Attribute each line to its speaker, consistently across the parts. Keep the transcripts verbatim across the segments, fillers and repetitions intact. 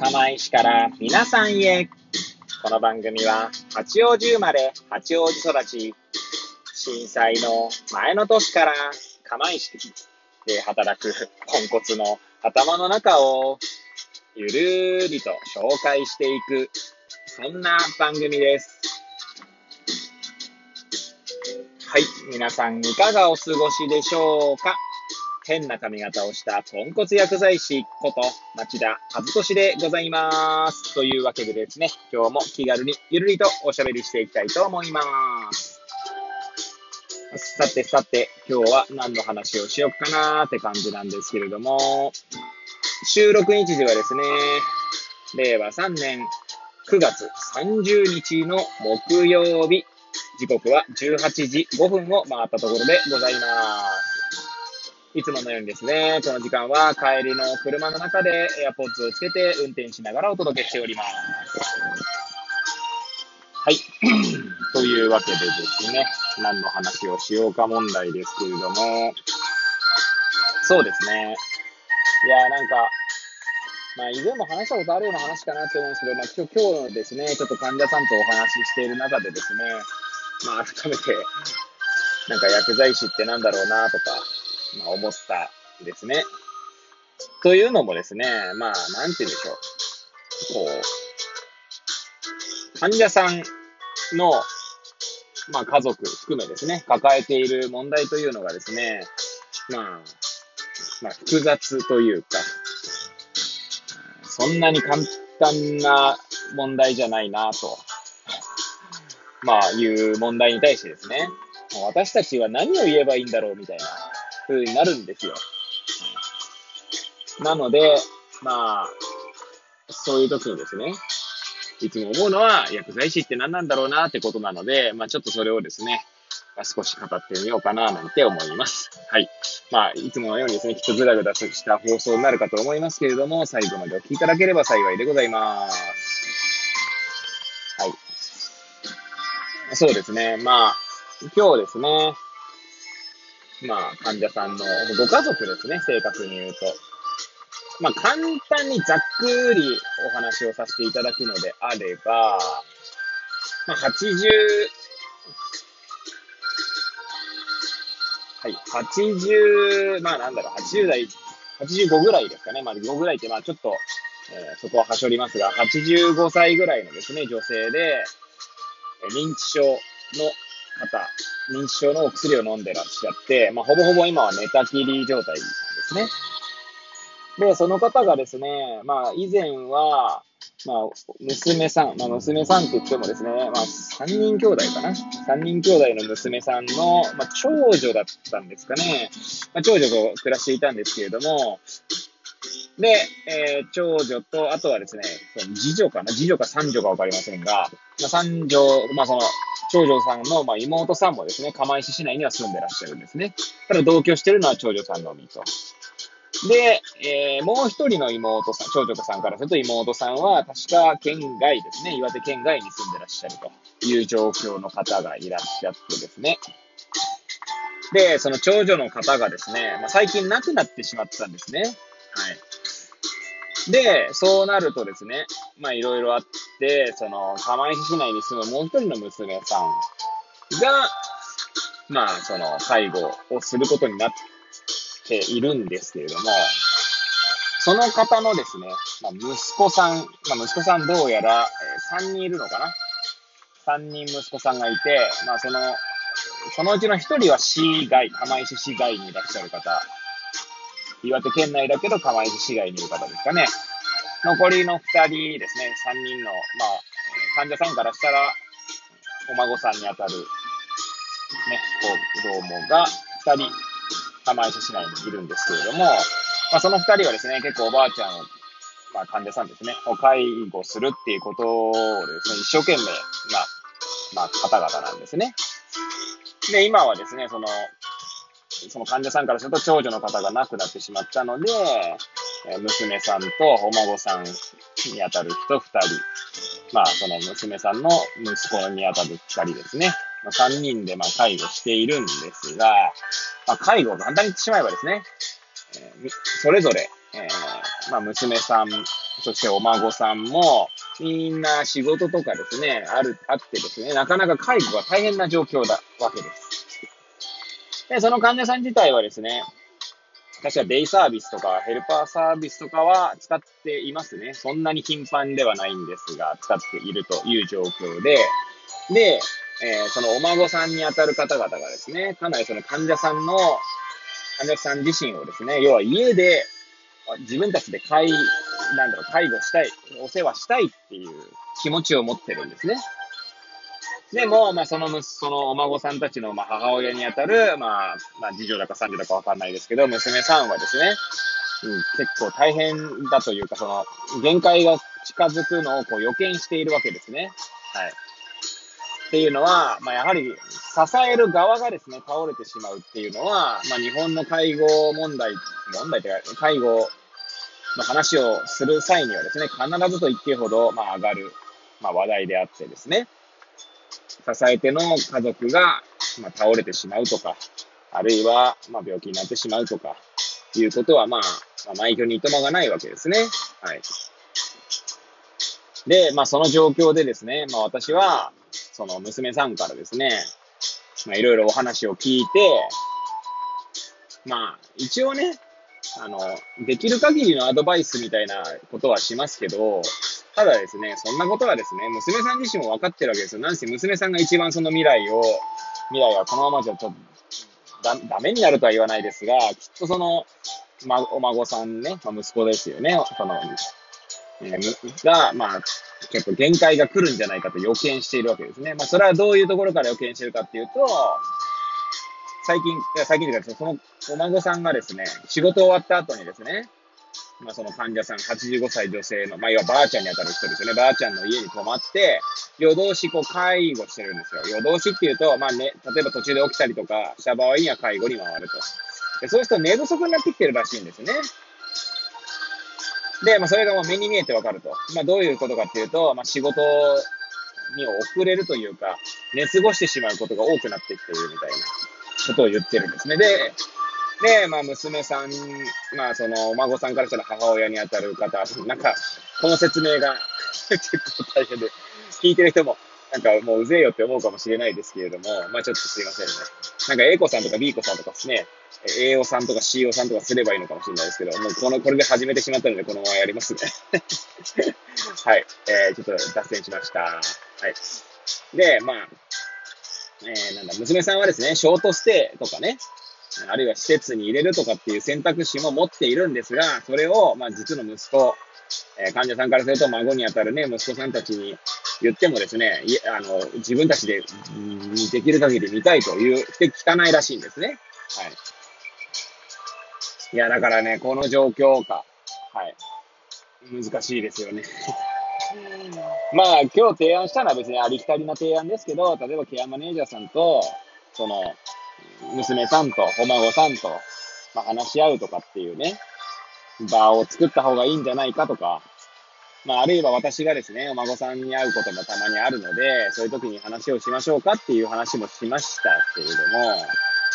Speaker 1: 釜石から皆さんへ。この番組は八王子生まれ八王子育ち、震災の前の年から釜石で働くポンコツの頭の中をゆるりと紹介していく、そんな番組です。はい、皆さんいかがお過ごしでしょうか。変な髪型をしたポンコツ薬剤師こと町田和俊でございます。というわけでですね、今日も気軽にゆるりとおしゃべりしていきたいと思います。さてさて、今日は何の話をしようかなーって感じなんですけれども、収録日時はですね、れいわさんねんくがつさんじゅうにちの木曜日、時刻はじゅうはちじごふんを回ったところでございます。いつものようにですね、この時間は帰りの車の中で AirPods をつけて運転しながらお届けしております。はい。というわけでですね、何の話をしようか問題ですけれども、そうですね。いや、なんか、まあ、以前も話したことあるような話かなって思うんですけど、まあ、今日、今日のですね、ちょっと患者さんとお話ししている中でですね、まあ、改めて、なんか薬剤師ってなんだろうなとか、まあ、思ったんですね。というのもですね、まあ、なんて言うんでしょう。こう、患者さんの、まあ、家族含めですね、抱えている問題というのがですね、まあ、まあ、複雑というか、そんなに簡単な問題じゃないなと、まあ、いう問題に対してですね、私たちは何を言えばいいんだろうみたいな風になるんですよ。なので、まあ、そういう時にですね、いつも思うのは薬剤師って何なんだろうなってことなので、まあちょっとそれをですね、まあ、少し語ってみようかななんて思います。はい。まあいつものようにですね、きっとグダグダした放送になるかと思いますけれども、最後までお聞きいただければ幸いでございます。はい。そうですね。まあ、今日ですね、まあ患者さんのご家族ですね、正確に言うと。まあ、簡単にざっくりお話をさせていただくのであれば、まあ、はちじゅう、はい、はちじゅう、まあなんだろう、はちじゅう代、はちじゅうごぐらいですかね。まあごぐらいって、まあちょっと、えー、そこははしょりますが、はちじゅうごさいぐらいのですね、女性で、認知症の方、認知症のお薬を飲んでらっしゃって、まあほぼほぼ今は寝たきり状態なんですね。で、その方がですね、まあ、以前は、まあ、娘さん、まあ、娘さんって言ってもですね、まあ、さんにん兄弟かな ?さん 人兄弟の娘さんの、まあ、長女だったんですかね。まあ、長女と暮らしていたんですけれども、で、えー、長女と、あとはですね、次女かな次女か三女かわかりませんが、まあ、三女、まあ、その、長女さんの、まあ、妹さんもですね、釜石市内には住んでらっしゃるんですね。ただ同居しているのは長女さんのみと。で、えー、もう一人の妹さん、長女さんからすると妹さんは確か県外ですね、岩手県外に住んでらっしゃるという状況の方がいらっしゃってですね。で、その長女の方がですね、まあ、最近亡くなってしまったんですね。はい。で、そうなるとですね、まあいろいろあって、その釜石市内に住むもう一人の娘さんが、まあその介護をすることになって、ているんですけれども、その方のですね、まあ、息子さん、まあ、息子さんどうやら、えー、さんにんいるのかな ?さん 人息子さんがいて、まあその、そのうちのひとりは市外、釜石市外にいらっしゃる方、岩手県内だけど釜石市外にいる方ですかね。残りのふたりですね、さんにんの、まあ、患者さんからしたら、お孫さんにあたる、ね、子供がふたり、釜石市内にいるんですけれども、まあ、その二人はですね、結構おばあちゃんを、まあ、患者さんですね、を介護するっていうことをですね、一生懸命な、まあ、方々なんですね。で、今はですね、その、その患者さんからすると長女の方が亡くなってしまったので、娘さんとお孫さんにあたる人二人、まあ、その娘さんの息子にあたる二人ですね。まあ、さんにんでまあ介護しているんですが、まあ、介護を簡単に言ってしまえばですね、えー、それぞれ、えーまあ、娘さんそしてお孫さんも、みんな仕事とかですね、ある、あってですね、なかなか介護が大変な状況だわけです。で、その患者さん自体はですね、確かデイサービスとかヘルパーサービスとかは使っていますね。そんなに頻繁ではないんですが、使っているという状況で、で、えーそのお孫さんにあたる方々がですね、かなりその患者さんの、患者さん自身をですね、要は家で自分たちで介、なんだろう、介護したい、お世話したいっていう気持ちを持ってるんですね。でも、まあ、そのむ、そのお孫さんたちの、まあ、母親にあたる、まあ、まあ、次女だか三女だかわかんないですけど、娘さんはですね、うん、結構大変だというか、その、限界が近づくのをこう予見しているわけですね。はい。っていうのは、まあ、やはり、支える側がですね、倒れてしまうっていうのは、まあ、日本の介護問題、問題というか、介護の話をする際にはですね、必ずと言っていいほど、まあ、上がる、まあ、話題であってですね、支え手の家族が、まあ、倒れてしまうとか、あるいは、まあ、病気になってしまうとか、いうことは、まあ、まあ、内挙にいとまがないわけですね。はい。で、まあ、その状況でですね、まあ、私は、その娘さんからですね、まあ、いろいろお話を聞いて、まあ、一応ね、あの、できる限りのアドバイスみたいなことはしますけど、ただですね、そんなことはですね、娘さん自身も分かってるわけですよ。なんせ娘さんが一番その未来を、未来はこのままじゃちょっとだダメになるとは言わないですが、きっとその、ま、お孫さんね、まあ、息子ですよね、その、えー、が、まあ、結構限界が来るんじゃないかと予見しているわけですね。まあ、それはどういうところから予見しているかっていうと、最近、最近というか、そのお孫さんがですね、仕事終わった後にですね、まあ、その患者さん、はちじゅうごさい女性の、まあ、要はばあちゃんに当たる人ですよね。ばあちゃんの家に泊まって、夜通しこう介護してるんですよ。夜通しっていうと、まあね、例えば途中で起きたりとかした場合には介護に回ると。でそうすると寝不足になってきてるらしいんですね。で、まあ、それがもう目に見えてわかると。まあ、どういうことかっていうと、まあ、仕事に遅れるというか、寝過ごしてしまうことが多くなってきているみたいなことを言ってるんですね。で、で、まあ、娘さん、まあ、その、お孫さんからしたら母親にあたる方、なんか、この説明が結構大変で、聞いてる人も、なんかもううぜえよって思うかもしれないですけれども、まあちょっとすいませんね。なんか A 子さんとか B 子さんとかですね、A 子さんとか C 子さんとかすればいいのかもしれないですけど、もうこの、これで始めてしまったので、このままやりますね。はい。えー、ちょっと脱線しました。はい。で、まあ、えー、なんだ、娘さんはですね、ショートステイとかね、あるいは施設に入れるとかっていう選択肢も持っているんですが、それを、まあ、実の息子、えー、患者さんからすると孫にあたるね、息子さんたちに言ってもですね、いあの、自分たちで、できる限り見たいと言って聞かないらしいんですね。はい。いや、だからね、この状況下、はい。難しいですよね。まあ、今日提案したのは別にありきたりな提案ですけど、例えばケアマネージャーさんと、その、娘さんとお孫さんと、まあ、話し合うとかっていうね、場を作った方がいいんじゃないかとか、まあ、あるいは私がですね、お孫さんに会うこともたまにあるので、そういう時に話をしましょうかっていう話もしましたけれども、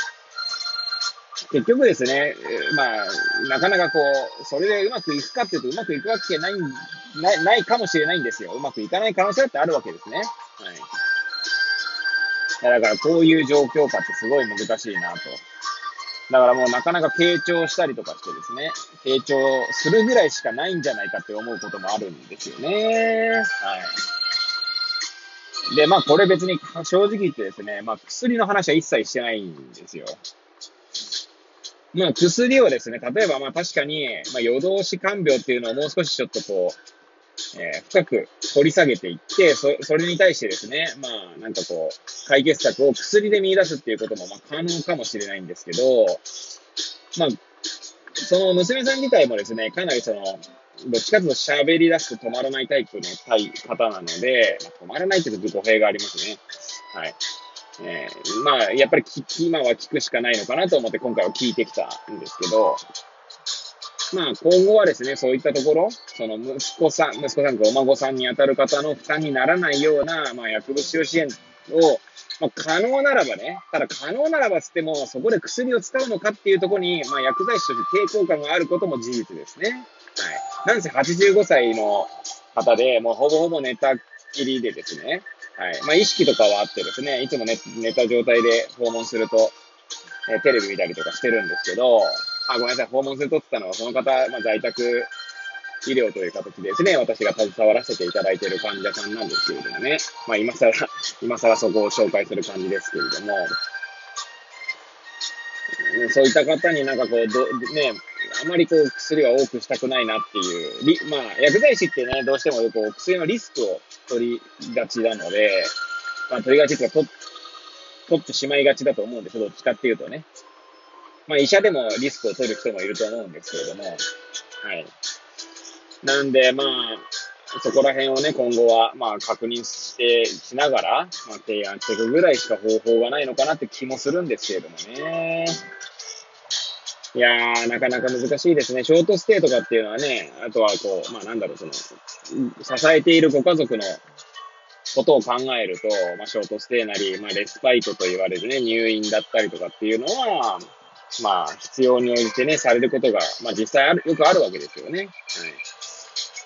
Speaker 1: 結局ですね、まあ、なかなかこう、それでうまくいくかっていうと、うまくいくわけない、ない、ないかもしれないんですよ。うまくいかない可能性だってあるわけですね。はい。だからこういう状況下ってすごい難しいなと。だからもうなかなか傾聴したりとかしてですね、傾聴するぐらいしかないんじゃないかって思うこともあるんですよね。はい。で、まあこれ別に正直言ってですね、まあ薬の話は一切してないんですよ。まあ薬をですね、例えばまあ確かに、まあ夜通し看病っていうのをもう少しちょっとこう、えー、深く掘り下げていって、そ、それに対してですね、まあなんかこう、解決策を薬で見出すっていうこともまあ可能かもしれないんですけど、まあその娘さん自体もですね、かなりその、どっちかというと喋り出すと止まらないタイプの方なので、まあ、止まらないっていうと語弊がありますね。はい。えー、まあ、やっぱり今は聞くしかないのかなと思って今回は聞いてきたんですけど、まあ、今後はですね、そういったところ、その息子さん、息子さんとお孫さんに当たる方の負担にならないような、まあ、薬物使用支援を、まあ、可能ならばね、ただ可能ならばつっても、そこで薬を使うのかっていうところに、まあ、薬剤師として抵抗感があることも事実ですね。はい。 なんせはちじゅうごさいの方で、もうほぼほぼ寝たきりでですね、はい。まあ意識とかはあってですね、いつも寝寝た状態で訪問すると、えーテレビ見たりとかしてるんですけど、あ、ごめんなさい、訪問するとって言ったのは、その方、まあ在宅医療という形でですね、私が携わらせていただいている患者さんなんですけれどもね、まあ今更、今更そこを紹介する感じですけれども、そういった方になんかこう、どね、あまりこう薬は多くしたくないなっていう、りまあ薬剤師ってね、どうしてもこう薬のリスクを取りがちなので、まあ取りがちっていうか取取ってしまいがちだと思うんですよ、どっちかっていうとね。まあ医者でもリスクを取る人もいると思うんですけれども、はい。なんで、まあ、そこら辺をね、今後は、まあ、確認して、しながら、まあ、提案していくぐらいしか方法がないのかなって気もするんですけれどもね。いやー、なかなか難しいですね。ショートステイとかっていうのはね、あとはこう、まあなんだろう、その、支えているご家族のことを考えると、まあショートステイなり、まあレスパイトと言われるね、入院だったりとかっていうのは、まあ必要に応じてね、されることが、まあ実際ある、よくあるわけですよね。はい。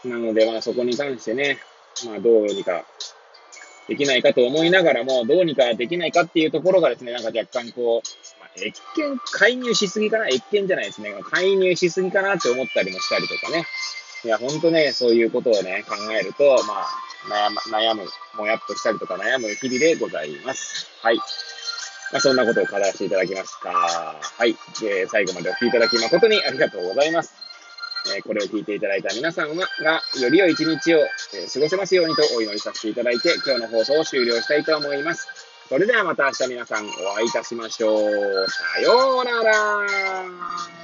Speaker 1: なので、まあそこに関してね、まあどうにかできないかと思いながらも、どうにかできないかっていうところがですね、なんか若干こう、まあ、越見、介入しすぎかな越見じゃないですね。介入しすぎかなって思ったりもしたりとかね。いや、ほんとね、そういうことをね、考えると、まあ、悩む、悩む、もやっとしたりとか悩む日々でございます。はい。まあ、そんなことを語らせていただきました。はい。で、最後までお聞きいただき誠にありがとうございます。えーこれを聞いていただいた皆さんが、がより良い一日を、えー過ごせますようにとお祈りさせていただいて、今日の放送を終了したいと思います。それではまた明日皆さんお会いいたしましょう。さようなら。